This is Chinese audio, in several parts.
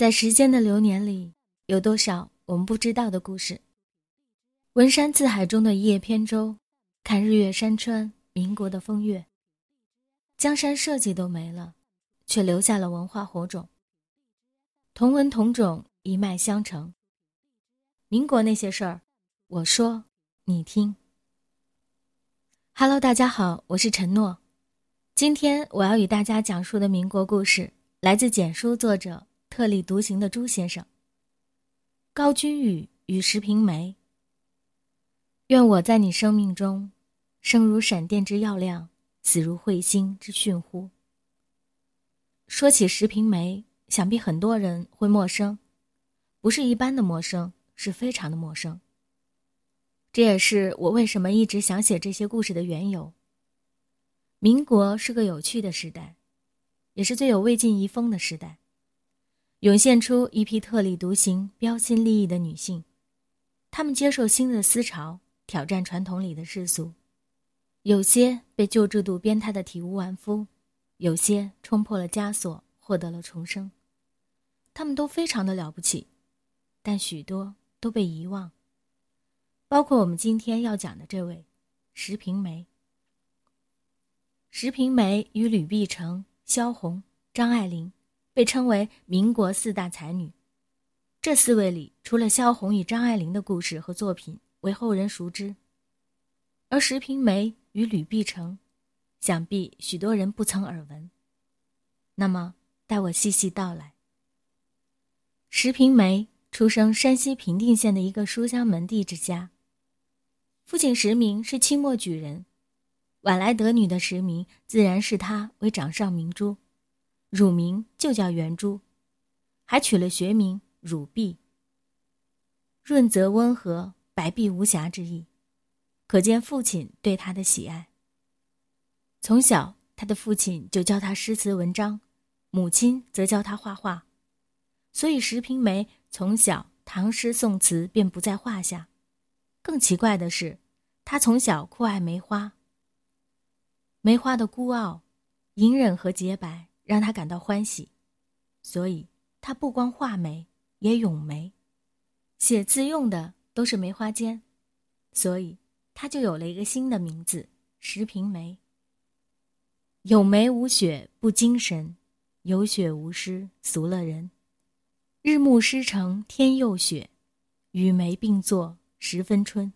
在时间的流年里，有多少我们不知道的故事？文山字海中的一叶扁舟，看日月山川，民国的风月。江山社稷都没了，却留下了文化火种。同文同种，一脉相承。民国那些事儿，我说你听。Hello， 大家好，我是陈诺。今天我要与大家讲述的民国故事，来自简书作者特立独行的朱先生。高君宇与石平梅。愿我在你生命中，生如闪电之耀亮，死如彗星之迅忽。说起石平梅，想必很多人会陌生，不是一般的陌生，是非常的陌生。这也是我为什么一直想写这些故事的缘由。民国是个有趣的时代，也是最有魏晋遗风的时代，涌现出一批特立独行、标新立异的女性。她们接受新的思潮，挑战传统里的世俗，有些被旧制度鞭挞的体无完肤，有些冲破了枷锁，获得了重生。她们都非常的了不起，但许多都被遗忘，包括我们今天要讲的这位石平梅。石平梅与吕碧城、萧红、张爱玲被称为民国四大才女。这四位里，除了萧红与张爱玲的故事和作品为后人熟知，而石平梅与吕碧城，想必许多人不曾耳闻。那么，待我细细道来。石平梅出生山西平定县的一个书香门第之家，父亲石明是清末举人，晚来得女的石明自然视她为掌上明珠，乳名就叫圆珠，还取了学名乳碧，润泽温和，白璧无瑕之意，可见父亲对她的喜爱。从小，她的父亲就教她诗词文章，母亲则教她画画，所以石平梅从小唐诗宋词便不在话下。更奇怪的是，她从小酷爱梅花。梅花的孤傲、隐忍和洁白让她感到欢喜，所以她不光画梅，也咏梅，写字用的都是梅花笺，所以她就有了一个新的名字石平梅。有梅无雪不精神，有雪无诗俗了人。日暮诗成天又雪，与梅并作十分春。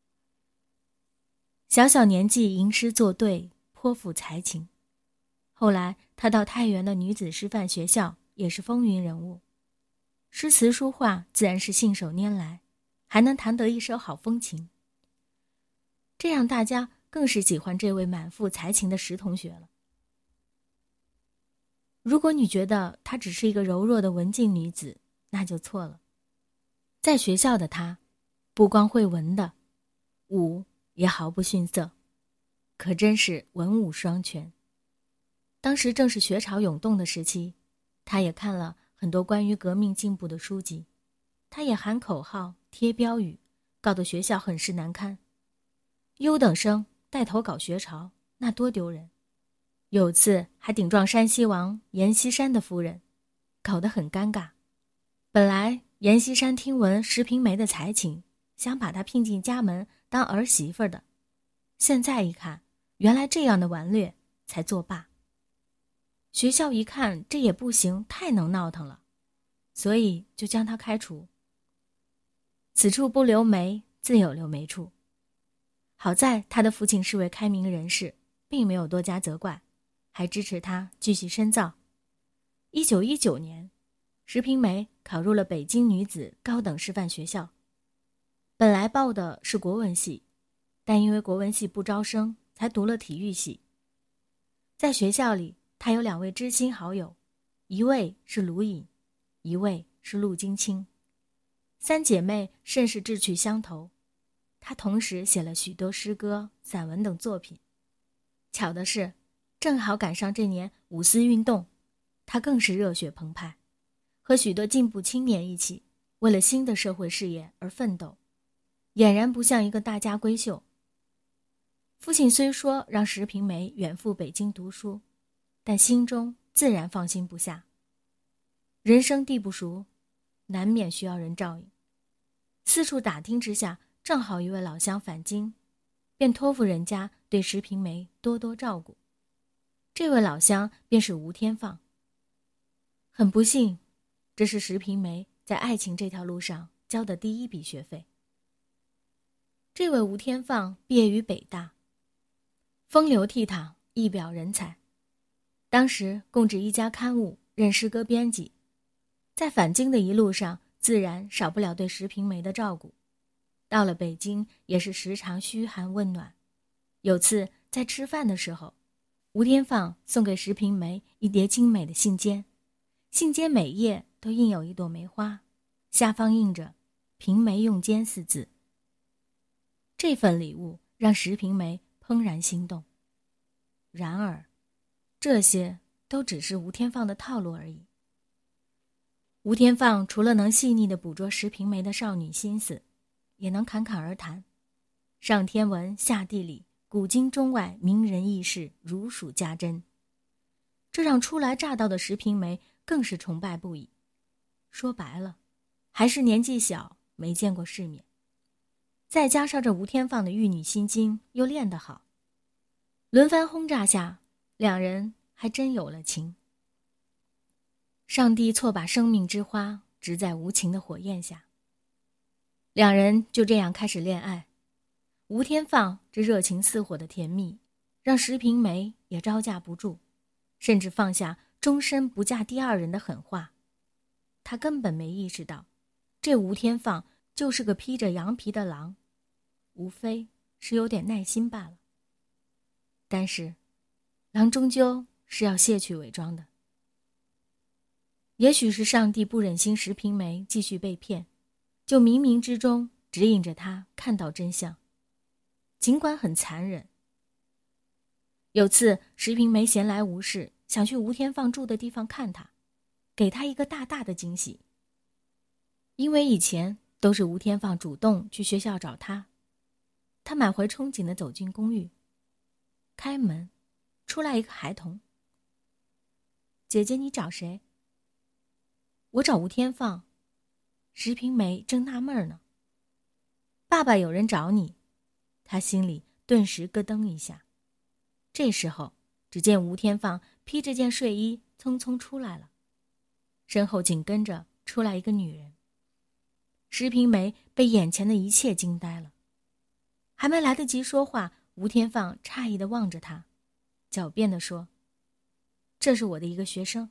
小小年纪吟诗作对，颇富才情。后来他到太原的女子师范学校，也是风云人物，诗词书画自然是信手拈来，还能弹得一手好风琴。这样大家更是喜欢这位满腹才情的石同学了。如果你觉得她只是一个柔弱的文静女子，那就错了。在学校的她，不光会文的，武也毫不逊色，可真是文武双全。当时正是学潮涌动的时期，她也看了很多关于革命进步的书籍，她也喊口号、贴标语，搞得学校很是难堪。优等生带头搞学潮，那多丢人。有次还顶撞山西王阎锡山的夫人，搞得很尴尬。本来阎锡山听闻石平梅的才情，想把她聘进家门当儿媳妇的，现在一看，原来这样的顽劣才作罢。学校一看这也不行，太能闹腾了，所以就将她开除。此处不留梅，自有留梅处。好在他的父亲是位开明人士，并没有多加责怪，还支持他继续深造。1919年，石平梅考入了北京女子高等师范学校，本来报的是国文系，但因为国文系不招生，才读了体育系。在学校里，她有2位知心好友，一位是卢隐，一位是陆金清。3姐妹甚是志趣相投，她同时写了许多诗歌、散文等作品。巧的是，正好赶上这年五四运动，她更是热血澎湃，和许多进步青年一起，为了新的社会事业而奋斗，俨然不像一个大家闺秀。父亲虽说让石平梅远赴北京读书，但心中自然放心不下。 人生地不熟，难免需要人照应。四处打听之下，正好一位老乡返京，便托付人家对石平梅多多照顾。这位老乡便是吴天放。很不幸，这是石平梅在爱情这条路上交的第一笔学费。这位吴天放毕业于北大，风流倜傥，一表人才。当时供职一家刊物，任诗歌编辑，在返京的一路上，自然少不了对石平梅的照顾。到了北京，也是时常嘘寒问暖。有次在吃饭的时候，吴天放送给石平梅一叠精美的信笺，信笺每页都印有一朵梅花，下方印着“平梅用笺”4字。这份礼物让石平梅怦然心动。然而，这些都只是吴天放的套路而已。吴天放除了能细腻地捕捉石平梅的少女心思，也能侃侃而谈，上天文下地理，古今中外名人轶事如数家珍。这让初来乍到的石平梅更是崇拜不已。说白了，还是年纪小，没见过世面。再加上这吴天放的玉女心经又练得好，轮番轰炸下，两人还真有了情。上帝错把生命之花植在无情的火焰下，两人就这样开始恋爱。吴天放这热情似火的甜蜜，让石平梅也招架不住，甚至放下终身不嫁第二人的狠话。他根本没意识到，这吴天放就是个披着羊皮的狼，无非是有点耐心罢了。但是，狼终究是要卸去伪装的。也许是上帝不忍心石平梅继续被骗，就冥冥之中指引着他看到真相，尽管很残忍。有次石平梅闲来无事，想去吴天放住的地方看他，给他一个大大的惊喜。因为以前都是吴天放主动去学校找他，他满怀憧憬地走进公寓，开门，出来一个孩童。姐姐，你找谁？我找吴天放。石平梅正纳闷呢。爸爸有人找你。他心里顿时咯噔一下。这时候，只见吴天放披着件睡衣匆匆出来了，身后紧跟着出来一个女人。石平梅被眼前的一切惊呆了，还没来得及说话，吴天放诧异地望着他，狡辩地说：“这是我的一个学生。”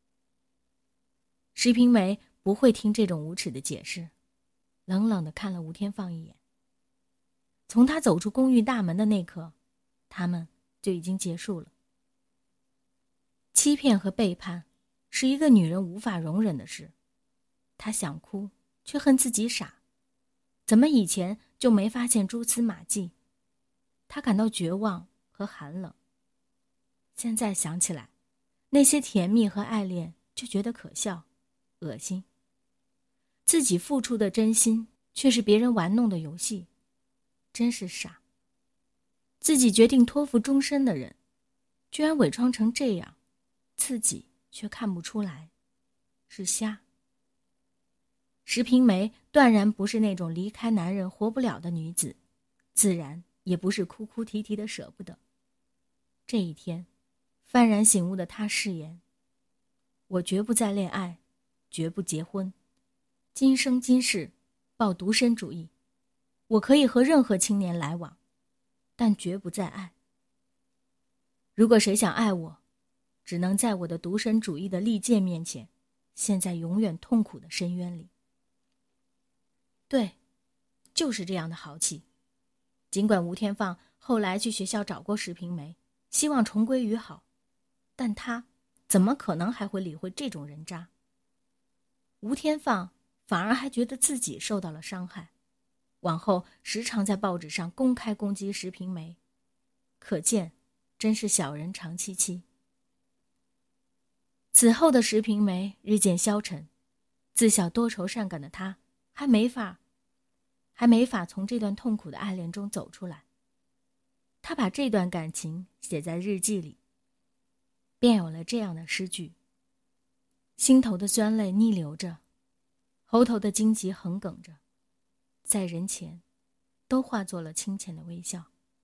石平梅不会听这种无耻的解释，冷冷地看了吴天放一眼。从他走出公寓大门的那刻，他们就已经结束了。欺骗和背叛是一个女人无法容忍的事，她想哭，却恨自己傻，怎么以前就没发现蛛丝马迹？她感到绝望和寒冷。现在想起来，那些甜蜜和爱恋就觉得可笑、恶心。自己付出的真心，却是别人玩弄的游戏，真是傻。自己决定托付终身的人，居然伪装成这样，自己却看不出来，是瞎。石平梅断然不是那种离开男人活不了的女子，自然也不是哭哭啼啼的舍不得。这一天，幡然醒悟的她誓言：我绝不再恋爱，绝不结婚，今生今世抱独身主义。我可以和任何青年来往，但绝不再爱。如果谁想爱我，只能在我的独身主义的利剑面前，陷在永远痛苦的深渊里。对，就是这样的豪气。尽管吴天放后来去学校找过石平梅，希望重归于好，但他怎么可能还会理会这种人渣？吴天放反而还觉得自己受到了伤害，往后时常在报纸上公开攻击石平梅，可见真是小人长戚戚。此后的石平梅日渐消沉，自小多愁善感的她还没法从这段痛苦的爱恋中走出来。她把这段感情写在日记里，便有了这样的诗句： 心头的酸泪逆流着，喉头的荆棘横亘着，在人前都化作了清浅的微笑。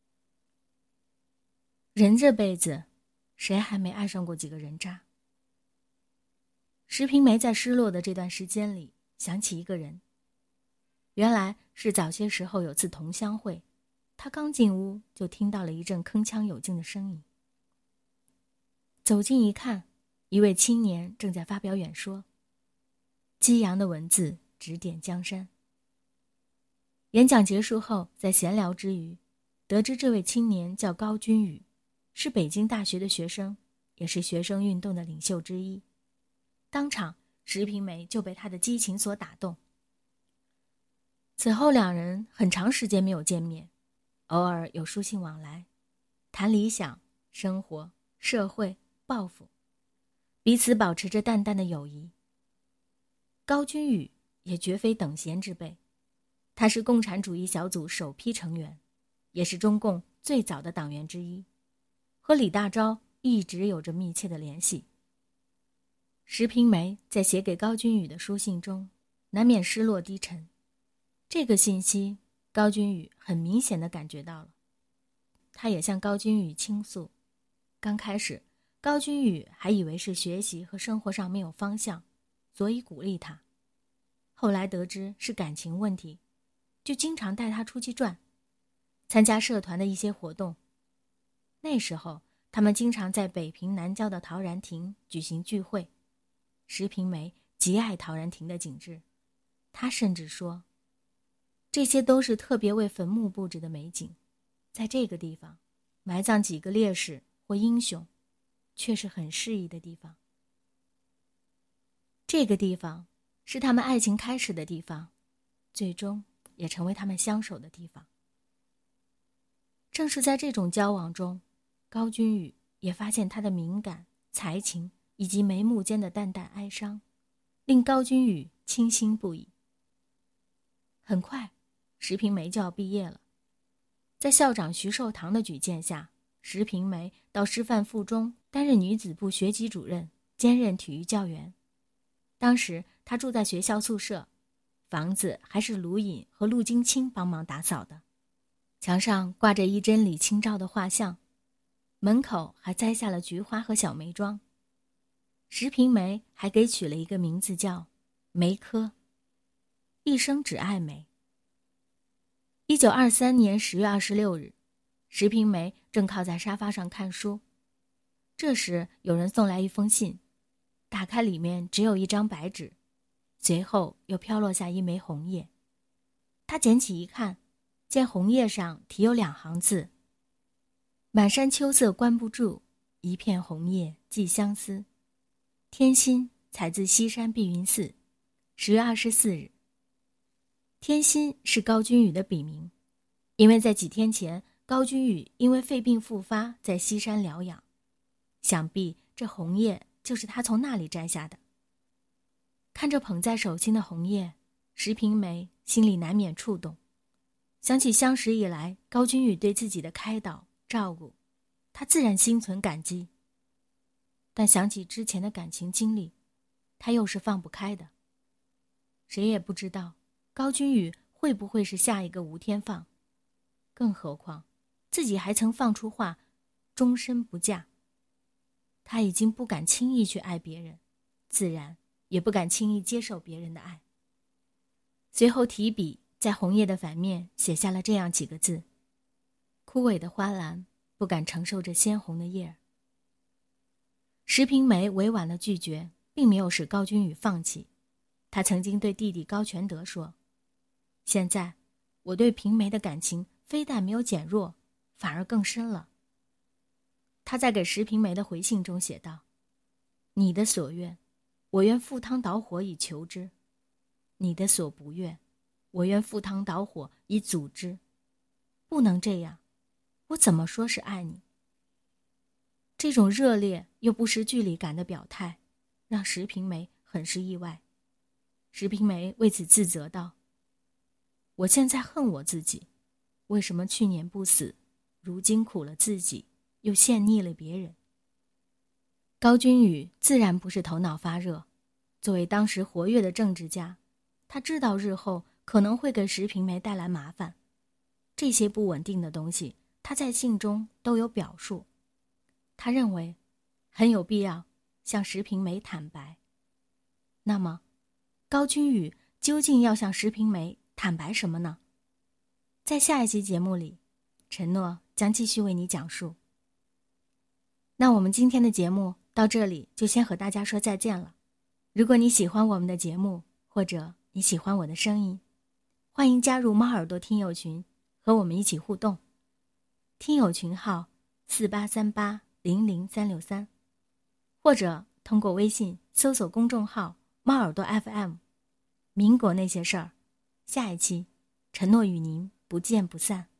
人这辈子，谁还没爱上过几个人渣？石平梅在失落的这段时间里想起一个人，原来是早些时候有次同乡会，他刚进屋就听到了一阵铿锵有劲的声音。走近一看，一位青年正在发表演说，激扬的文字指点江山。演讲结束后，在闲聊之余，得知这位青年叫高君宇，是北京大学的学生，也是学生运动的领袖之一。当场，石平梅就被他的激情所打动。此后两人很长时间没有见面，偶尔有书信往来，谈理想、生活、社会、抱负，彼此保持着淡淡的友谊。高君宇也绝非等闲之辈，他是共产主义小组首批成员，也是中共最早的党员之一，和李大钊一直有着密切的联系。石平梅在写给高君宇的书信中，难免失落低沉。这个信息，高君宇很明显地感觉到了。他也向高君宇倾诉，刚开始，高君宇还以为是学习和生活上没有方向，所以鼓励他。后来得知是感情问题，就经常带他出去转，参加社团的一些活动。那时候，他们经常在北平南郊的陶然亭举行聚会。石平梅极爱陶然亭的景致，他甚至说，这些都是特别为坟墓布置的美景，在这个地方埋葬几个烈士或英雄，却是很适宜的地方。这个地方是他们爱情开始的地方，最终也成为他们相守的地方。正是在这种交往中，高君宇也发现他的敏感、才情以及眉目间的淡淡哀伤，令高君宇倾心不已。很快，石平梅就要毕业了。在校长徐寿堂的举荐下，石平梅到师范附中担任女子部学籍主任，兼任体育教员。当时她住在学校宿舍，房子还是卢隐和陆金清帮忙打扫的。墙上挂着一帧李清照的画像，门口还栽下了菊花和小梅桩。石平梅还给取了一个名字叫梅柯，一生只爱美。1923年10月26日，石平梅正靠在沙发上看书，这时有人送来一封信，打开里面只有一张白纸，随后又飘落下一枚红叶。她捡起一看，见红叶上题有2行字：满山秋色关不住，一片红叶寄相思。天心采自西山碧云寺，10月24日。天心是高君宇的笔名，因为在几天前，高君宇因为肺病复发，在西山疗养，想必这红叶就是他从那里摘下的。看着捧在手心的红叶，石平梅心里难免触动，想起相识以来高君宇对自己的开导照顾，他自然心存感激。但想起之前的感情经历，他又是放不开的。谁也不知道高君宇会不会是下一个吴天放，更何况自己还曾放出话终身不嫁。他已经不敢轻易去爱别人，自然也不敢轻易接受别人的爱。随后提笔在红叶的反面写下了这样几个字：枯萎的花篮不敢承受着鲜红的叶儿。石平梅委婉的拒绝并没有使高君宇放弃，他曾经对弟弟高全德说，现在我对平梅的感情非但没有减弱，反而更深了。他在给石平梅的回信中写道，你的所愿，我愿赴汤蹈火以求之；你的所不愿，我愿赴汤蹈火以阻之。不能这样，我怎么说是爱你？这种热烈又不失距离感的表态，让石平梅很是意外。石平梅为此自责道，我现在恨我自己，为什么去年不死，如今苦了自己，又陷溺了别人。高君宇自然不是头脑发热， 作为当时活跃的政治家，他知道日后可能会给石平梅带来麻烦，这些不稳定的东西他在信中都有表述。他认为很有必要向石平梅坦白。那么高君宇究竟要向石平梅坦白什么呢？在下一期节目里，承诺将继续为你讲述。那我们今天的节目到这里就先和大家说再见了。如果你喜欢我们的节目，或者你喜欢我的声音，欢迎加入猫耳朵听友群，和我们一起互动。听友群号4838000363，或者通过微信搜索公众号猫耳朵 FM。 民国那些事儿，下一期承诺与您不见不散。